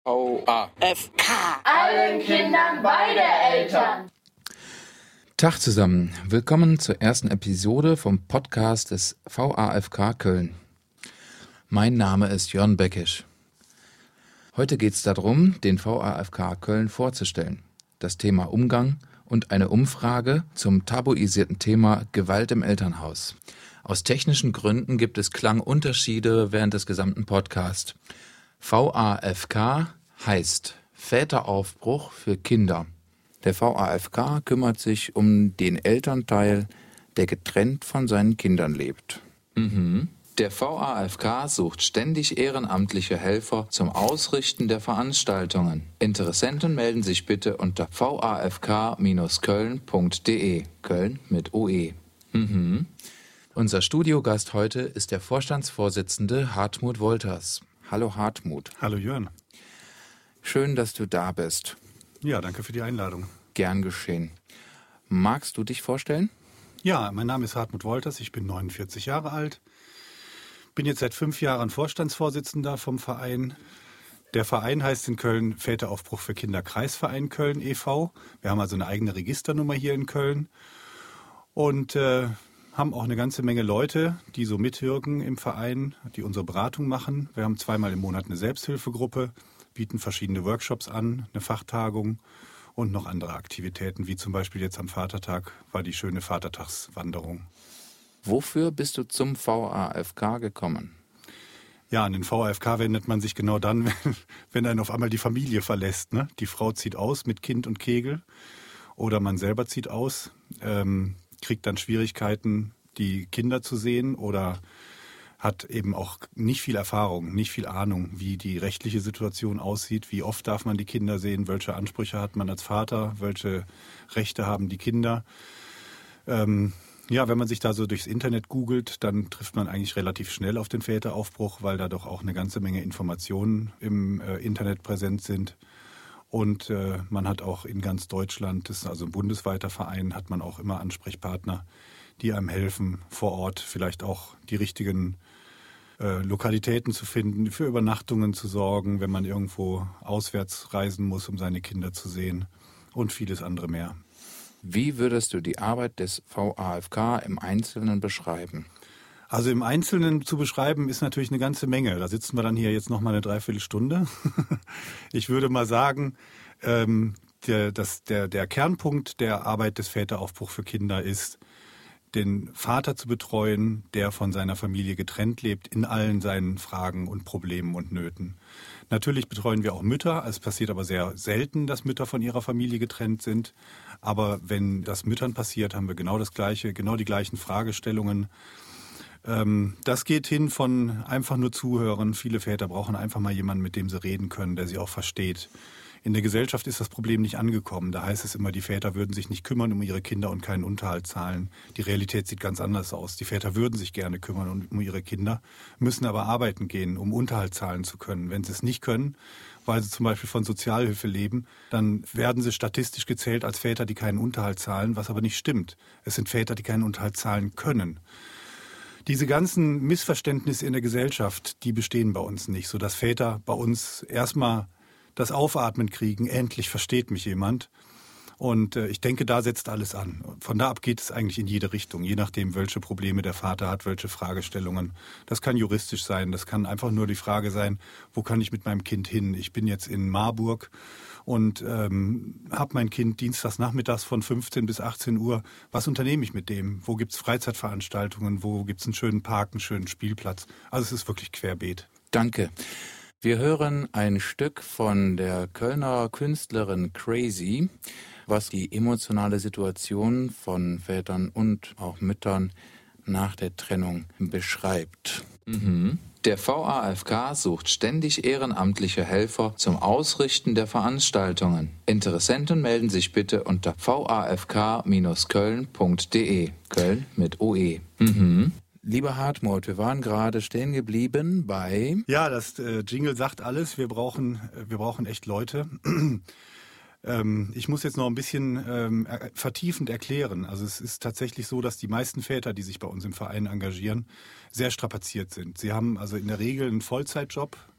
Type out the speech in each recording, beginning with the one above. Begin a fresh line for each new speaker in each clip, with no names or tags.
VAFK.
Allen Kindern beide Eltern.
Tag zusammen, willkommen zur ersten Episode vom Podcast des VAFK Köln. Mein Name ist Jörn Beckisch. Heute geht es darum, den VAFK Köln vorzustellen, das Thema Umgang und eine Umfrage zum tabuisierten Thema Gewalt im Elternhaus. Aus technischen Gründen gibt es Klangunterschiede während des gesamten Podcasts. VAFK heißt Väteraufbruch für Kinder. Der VAFK kümmert sich um den Elternteil, der getrennt von seinen Kindern lebt. Der VAFK sucht ständig ehrenamtliche Helfer zum Ausrichten der Veranstaltungen. Interessenten melden sich bitte unter vafk-köln.de. Köln mit OE. Unser Studiogast heute ist der Vorstandsvorsitzende Hartmut Wolters. Hallo Hartmut.
Hallo Jörn.
Schön, dass du da bist.
Ja, danke für die Einladung.
Gern geschehen. Magst du dich vorstellen?
Ja, mein Name ist Hartmut Wolters, ich bin 49 Jahre alt, bin jetzt seit 5 Jahren Vorstandsvorsitzender vom Verein. Der Verein heißt in Köln Väteraufbruch für Kinder Kreisverein Köln e.V. Wir haben also eine eigene Registernummer hier in Köln und haben auch eine ganze Menge Leute, die so mitwirken im Verein, die unsere Beratung machen. Wir haben 2-mal im Monat eine Selbsthilfegruppe, bieten verschiedene Workshops an, eine Fachtagung und noch andere Aktivitäten, wie zum Beispiel jetzt am Vatertag war die schöne Vatertagswanderung.
Wofür bist du zum VAFK gekommen?
Ja, an den VAFK wendet man sich genau dann, wenn einen auf einmal die Familie verlässt. Ne? Die Frau zieht aus mit Kind und Kegel oder man selber zieht aus, kriegt dann Schwierigkeiten, die Kinder zu sehen oder hat eben auch nicht viel Erfahrung, nicht viel Ahnung, wie die rechtliche Situation aussieht, wie oft darf man die Kinder sehen, welche Ansprüche hat man als Vater, welche Rechte haben die Kinder. Wenn man sich da so durchs Internet googelt, dann trifft man eigentlich relativ schnell auf den Väteraufbruch, weil da doch auch eine ganze Menge Informationen im Internet präsent sind. Und man hat auch in ganz Deutschland, das ist also ein bundesweiter Verein, hat man auch immer Ansprechpartner, die einem helfen, vor Ort vielleicht auch die richtigen Lokalitäten zu finden, für Übernachtungen zu sorgen, wenn man irgendwo auswärts reisen muss, um seine Kinder zu sehen und vieles andere mehr.
Wie würdest du die Arbeit des VAFK im Einzelnen beschreiben?
Also im Einzelnen zu beschreiben ist natürlich eine ganze Menge. Da sitzen wir dann hier jetzt noch mal eine Dreiviertelstunde. Ich würde mal sagen, der Kernpunkt der Arbeit des Väteraufbruch für Kinder ist, den Vater zu betreuen, der von seiner Familie getrennt lebt, in allen seinen Fragen und Problemen und Nöten. Natürlich betreuen wir auch Mütter. Es passiert aber sehr selten, dass Mütter von ihrer Familie getrennt sind. Aber wenn das Müttern passiert, haben wir genau das Gleiche, genau die gleichen Fragestellungen. Das geht hin von einfach nur zuhören. Viele Väter brauchen einfach mal jemanden, mit dem sie reden können, der sie auch versteht. In der Gesellschaft ist das Problem nicht angekommen. Da heißt es immer, die Väter würden sich nicht kümmern um ihre Kinder und keinen Unterhalt zahlen. Die Realität sieht ganz anders aus. Die Väter würden sich gerne kümmern um ihre Kinder, müssen aber arbeiten gehen, um Unterhalt zahlen zu können. Wenn sie es nicht können, weil sie zum Beispiel von Sozialhilfe leben, dann werden sie statistisch gezählt als Väter, die keinen Unterhalt zahlen, was aber nicht stimmt. Es sind Väter, die keinen Unterhalt zahlen können. Diese ganzen Missverständnisse in der Gesellschaft, die bestehen bei uns nicht, sodass Väter bei uns erstmal das Aufatmen kriegen, endlich versteht mich jemand. Und ich denke, da setzt alles an. Von da ab geht es eigentlich in jede Richtung, je nachdem, welche Probleme der Vater hat, welche Fragestellungen. Das kann juristisch sein, das kann einfach nur die Frage sein, wo kann ich mit meinem Kind hin? Ich bin jetzt in Marburg und habe mein Kind dienstags nachmittags von 15 bis 18 Uhr. Was unternehme ich mit dem? Wo gibt es Freizeitveranstaltungen? Wo gibt es einen schönen Park, einen schönen Spielplatz? Also es ist wirklich querbeet.
Danke. Wir hören ein Stück von der Kölner Künstlerin Crazy, was die emotionale Situation von Vätern und auch Müttern nach der Trennung beschreibt. Der VAFK sucht ständig ehrenamtliche Helfer zum Ausrichten der Veranstaltungen. Interessenten melden sich bitte unter vafk-köln.de. Köln mit OE. Lieber Hartmut, wir waren gerade stehen geblieben bei...
Ja, das Jingle sagt alles. Wir brauchen echt Leute. Ich muss jetzt noch ein bisschen vertiefend erklären. Also es ist tatsächlich so, dass die meisten Väter, die sich bei uns im Verein engagieren, sehr strapaziert sind. Sie haben also in der Regel einen Vollzeitjob,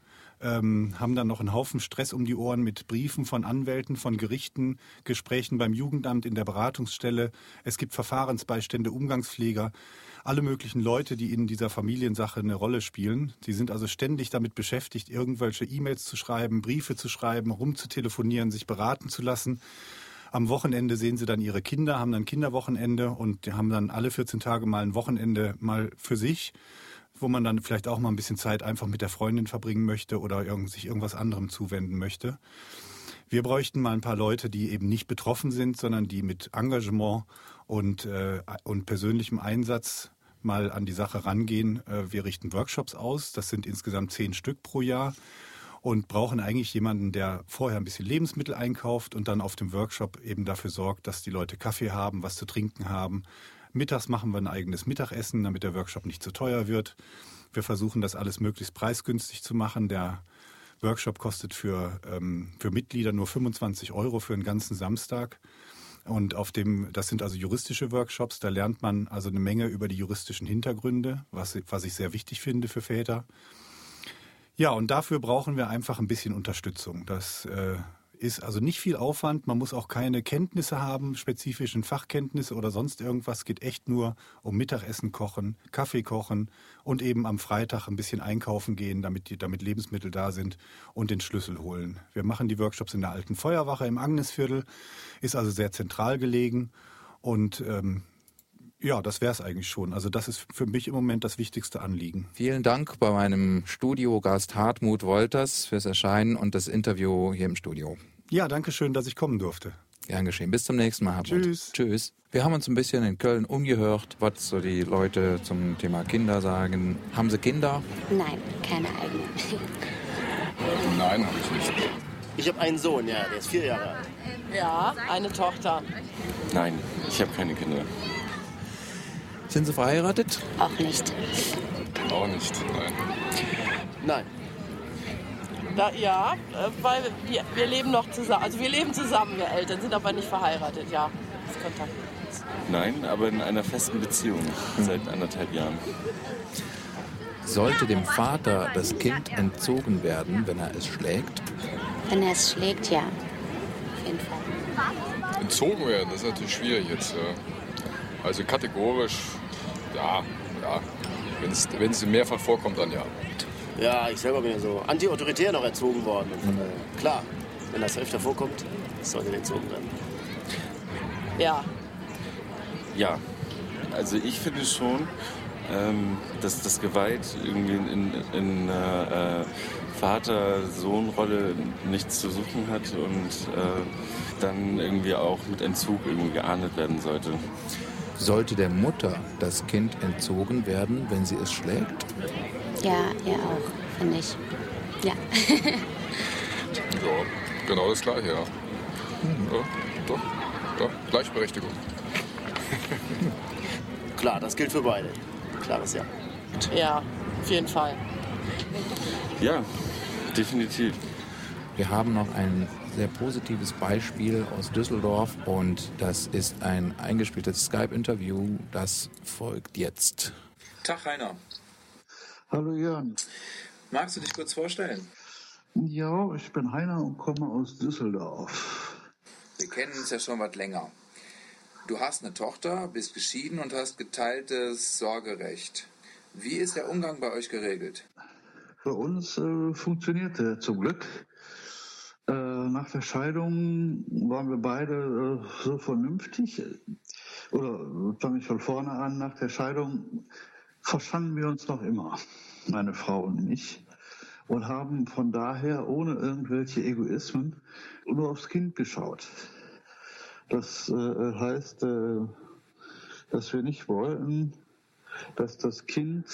haben dann noch einen Haufen Stress um die Ohren mit Briefen von Anwälten, von Gerichten, Gesprächen beim Jugendamt, in der Beratungsstelle. Es gibt Verfahrensbeistände, Umgangspfleger, alle möglichen Leute, die in dieser Familiensache eine Rolle spielen. Sie sind also ständig damit beschäftigt, irgendwelche E-Mails zu schreiben, Briefe zu schreiben, rumzutelefonieren, sich beraten zu lassen. Am Wochenende sehen sie dann ihre Kinder, haben dann Kinderwochenende und die haben dann alle 14 Tage mal ein Wochenende mal für sich, wo man dann vielleicht auch mal ein bisschen Zeit einfach mit der Freundin verbringen möchte oder sich irgendwas anderem zuwenden möchte. Wir bräuchten mal ein paar Leute, die eben nicht betroffen sind, sondern die mit Engagement und persönlichem Einsatz mal an die Sache rangehen. Wir richten Workshops aus, das sind insgesamt 10 Stück pro Jahr und brauchen eigentlich jemanden, der vorher ein bisschen Lebensmittel einkauft und dann auf dem Workshop eben dafür sorgt, dass die Leute Kaffee haben, was zu trinken haben. Mittags machen wir ein eigenes Mittagessen, damit der Workshop nicht zu teuer wird. Wir versuchen, das alles möglichst preisgünstig zu machen. Der Workshop kostet für Mitglieder nur 25 € für einen ganzen Samstag. Und das sind also juristische Workshops, da lernt man also eine Menge über die juristischen Hintergründe, was ich sehr wichtig finde für Väter. Ja, und dafür brauchen wir einfach ein bisschen Unterstützung. Das ist also nicht viel Aufwand, man muss auch keine Kenntnisse haben, spezifischen Fachkenntnisse oder sonst irgendwas. Es geht echt nur um Mittagessen kochen, Kaffee kochen und eben am Freitag ein bisschen einkaufen gehen, damit Lebensmittel da sind und den Schlüssel holen. Wir machen die Workshops in der Alten Feuerwache im Agnesviertel, ist also sehr zentral gelegen und ja, das wäre es eigentlich schon. Also das ist für mich im Moment das wichtigste Anliegen.
Vielen Dank bei meinem Studiogast Hartmut Wolters fürs Erscheinen und das Interview hier im Studio.
Ja, danke schön, dass ich kommen durfte.
Gern geschehen. Bis zum nächsten Mal, Hartmut.
Tschüss.
Tschüss. Wir haben uns ein bisschen in Köln umgehört, was so die Leute zum Thema Kinder sagen. Haben Sie Kinder?
Nein, keine eigenen.
Nein, habe ich nicht.
Ich habe einen Sohn, ja, der ist 4 Jahre alt.
Ja, eine Tochter.
Nein, ich habe keine Kinder.
Sind Sie verheiratet?
Auch nicht.
Auch nicht, nein.
Nein.
Ja, weil wir leben noch zusammen. Also wir leben zusammen, wir Eltern, sind aber nicht verheiratet, ja. Das ist Kontakt.
Nein, aber in einer festen Beziehung seit 1,5 Jahren.
Sollte dem Vater das Kind entzogen werden, wenn er es schlägt?
Wenn er es schlägt, ja. Auf jeden Fall.
Entzogen werden, das ist natürlich schwierig jetzt. Also kategorisch, ja. Wenn es mehrfach vorkommt, dann ja.
Ja, ich selber bin ja so anti-autoritär noch erzogen worden. Und klar, wenn das öfter vorkommt, sollte entzogen werden.
Ja.
Ja, also ich finde schon, dass das Gewalt irgendwie in Vater-Sohn-Rolle nichts zu suchen hat und dann irgendwie auch mit Entzug irgendwie geahndet werden sollte.
Sollte der Mutter das Kind entzogen werden, wenn sie es schlägt?
Ja, ihr auch, finde ich. Ja.
Ja, genau das Gleiche, ja. Ja, doch, Gleichberechtigung.
Klar, das gilt für beide. Klares Ja.
Ja, auf jeden Fall.
Ja, definitiv.
Wir haben noch ein sehr positives Beispiel aus Düsseldorf und das ist ein eingespieltes Skype-Interview, das folgt jetzt. Tag Heiner.
Hallo Jörn.
Magst du dich kurz vorstellen?
Ja, ich bin Heiner und komme aus Düsseldorf.
Wir kennen uns ja schon was länger. Du hast eine Tochter, bist geschieden und hast geteiltes Sorgerecht. Wie ist der Umgang bei euch geregelt?
Bei uns funktionierte zum Glück. Nach der Scheidung waren wir beide so vernünftig. Oder fange ich von vorne an, nach der Scheidung verstanden wir uns noch immer, meine Frau und ich. Und haben von daher ohne irgendwelche Egoismen nur aufs Kind geschaut. Das heißt, dass wir nicht wollten, dass das Kind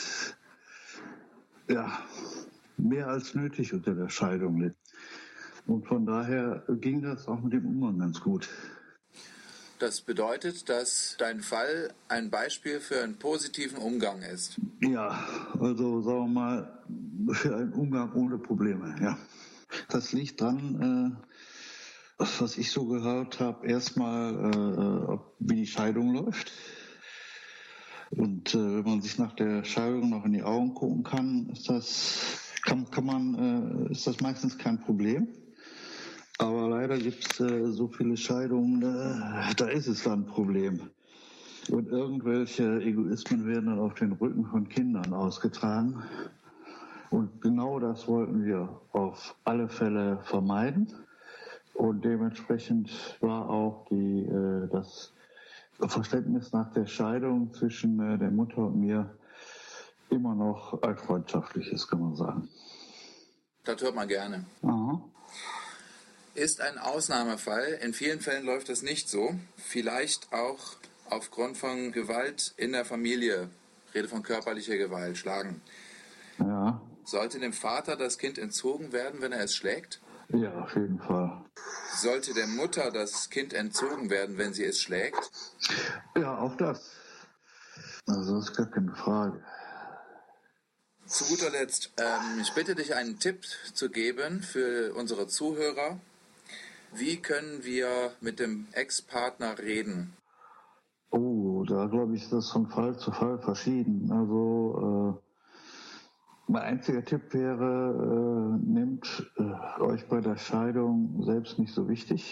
mehr als nötig unter der Scheidung litt. Und von daher ging das auch mit dem Umgang ganz gut.
Das bedeutet, dass dein Fall ein Beispiel für einen positiven Umgang ist.
Ja, also sagen wir mal, für einen Umgang ohne Probleme, ja. Das liegt dran, was ich so gehört habe, erstmal, wie die Scheidung läuft. Und wenn man sich nach der Scheidung noch in die Augen gucken kann, ist das ist das meistens kein Problem. Aber leider gibt es so viele Scheidungen, da ist es dann ein Problem. Und irgendwelche Egoismen werden dann auf den Rücken von Kindern ausgetragen. Und genau das wollten wir auf alle Fälle vermeiden. Und dementsprechend war auch das Verständnis nach der Scheidung zwischen der Mutter und mir immer noch ein freundschaftliches, kann man sagen.
Das hört man gerne.
Aha.
Ist ein Ausnahmefall. In vielen Fällen läuft das nicht so. Vielleicht auch aufgrund von Gewalt in der Familie. Ich rede von körperlicher Gewalt, Schlagen.
Ja.
Sollte dem Vater das Kind entzogen werden, wenn er es schlägt?
Ja, auf jeden Fall.
Sollte der Mutter das Kind entzogen werden, wenn sie es schlägt?
Ja, auch das. Also das ist gar keine Frage.
Zu guter Letzt, ich bitte dich, einen Tipp zu geben für unsere Zuhörer. Wie können wir mit dem Ex-Partner reden?
Oh, da glaube ich, ist das von Fall zu Fall verschieden. Also mein einziger Tipp wäre, nehmt euch bei der Scheidung selbst nicht so wichtig.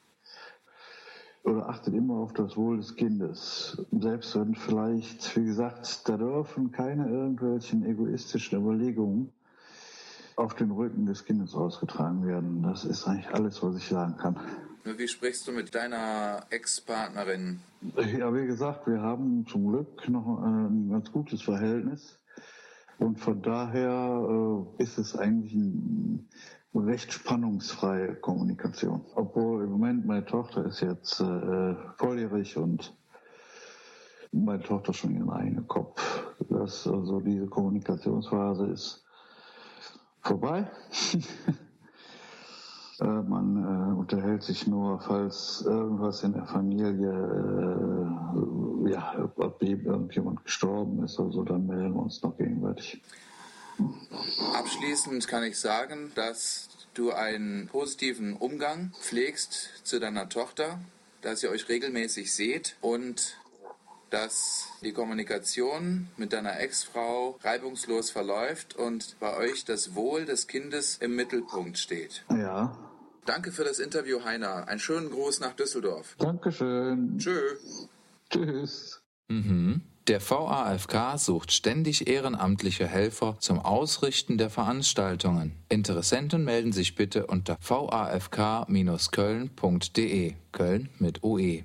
Oder achtet immer auf das Wohl des Kindes. Selbst wenn vielleicht, wie gesagt, da dürfen keine irgendwelchen egoistischen Überlegungen auf den Rücken des Kindes ausgetragen werden. Das ist eigentlich alles, was ich sagen kann.
Wie sprichst du mit deiner Ex-Partnerin?
Ja, wie gesagt, wir haben zum Glück noch ein ganz gutes Verhältnis. Und von daher ist es eigentlich eine recht spannungsfreie Kommunikation. Obwohl im Moment meine Tochter ist jetzt volljährig und meine Tochter schon ihren eigenen Kopf. Also diese Kommunikationsphase ist vorbei. Man unterhält sich nur, falls irgendwas in der Familie, ob irgendjemand gestorben ist, also dann melden wir uns noch gegenseitig.
Abschließend kann ich sagen, dass du einen positiven Umgang pflegst zu deiner Tochter, dass ihr euch regelmäßig seht und dass die Kommunikation mit deiner Ex-Frau reibungslos verläuft und bei euch das Wohl des Kindes im Mittelpunkt steht.
Ja.
Danke für das Interview, Heiner. Einen schönen Gruß nach Düsseldorf.
Dankeschön.
Tschö.
Tschüss.
Der VAFK sucht ständig ehrenamtliche Helfer zum Ausrichten der Veranstaltungen. Interessenten melden sich bitte unter vafk-köln.de. Köln mit OE.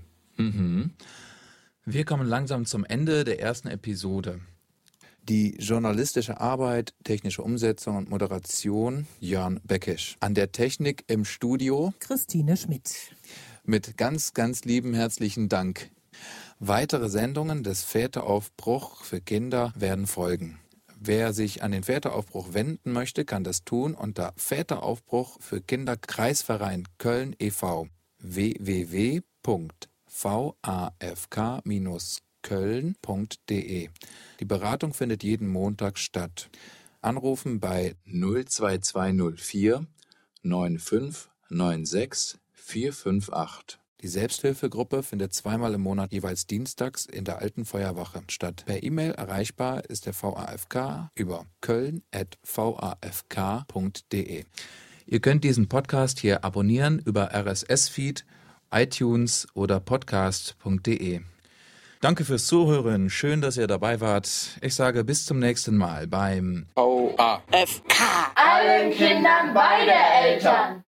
Wir kommen langsam zum Ende der ersten Episode. Die journalistische Arbeit, technische Umsetzung und Moderation Jörn Beckisch. An der Technik im Studio
Christine Schmidt.
Mit ganz, ganz lieben herzlichen Dank. Weitere Sendungen des Väteraufbruch für Kinder werden folgen. Wer sich an den Väteraufbruch wenden möchte, kann das tun unter Väteraufbruch für Kinder Kreisverein Köln e.V. www.vafk-köln.de. Die Beratung findet jeden Montag statt. Anrufen bei 02204 9596 458. Die Selbsthilfegruppe findet zweimal im Monat jeweils dienstags in der Alten Feuerwache statt. Per E-Mail erreichbar ist der VAFK über köln@vafk.de. Ihr könnt diesen Podcast hier abonnieren über RSS-Feed, iTunes oder podcast.de. Danke fürs Zuhören. Schön, dass ihr dabei wart. Ich sage bis zum nächsten Mal beim
VAFK. Allen Kindern beide Eltern.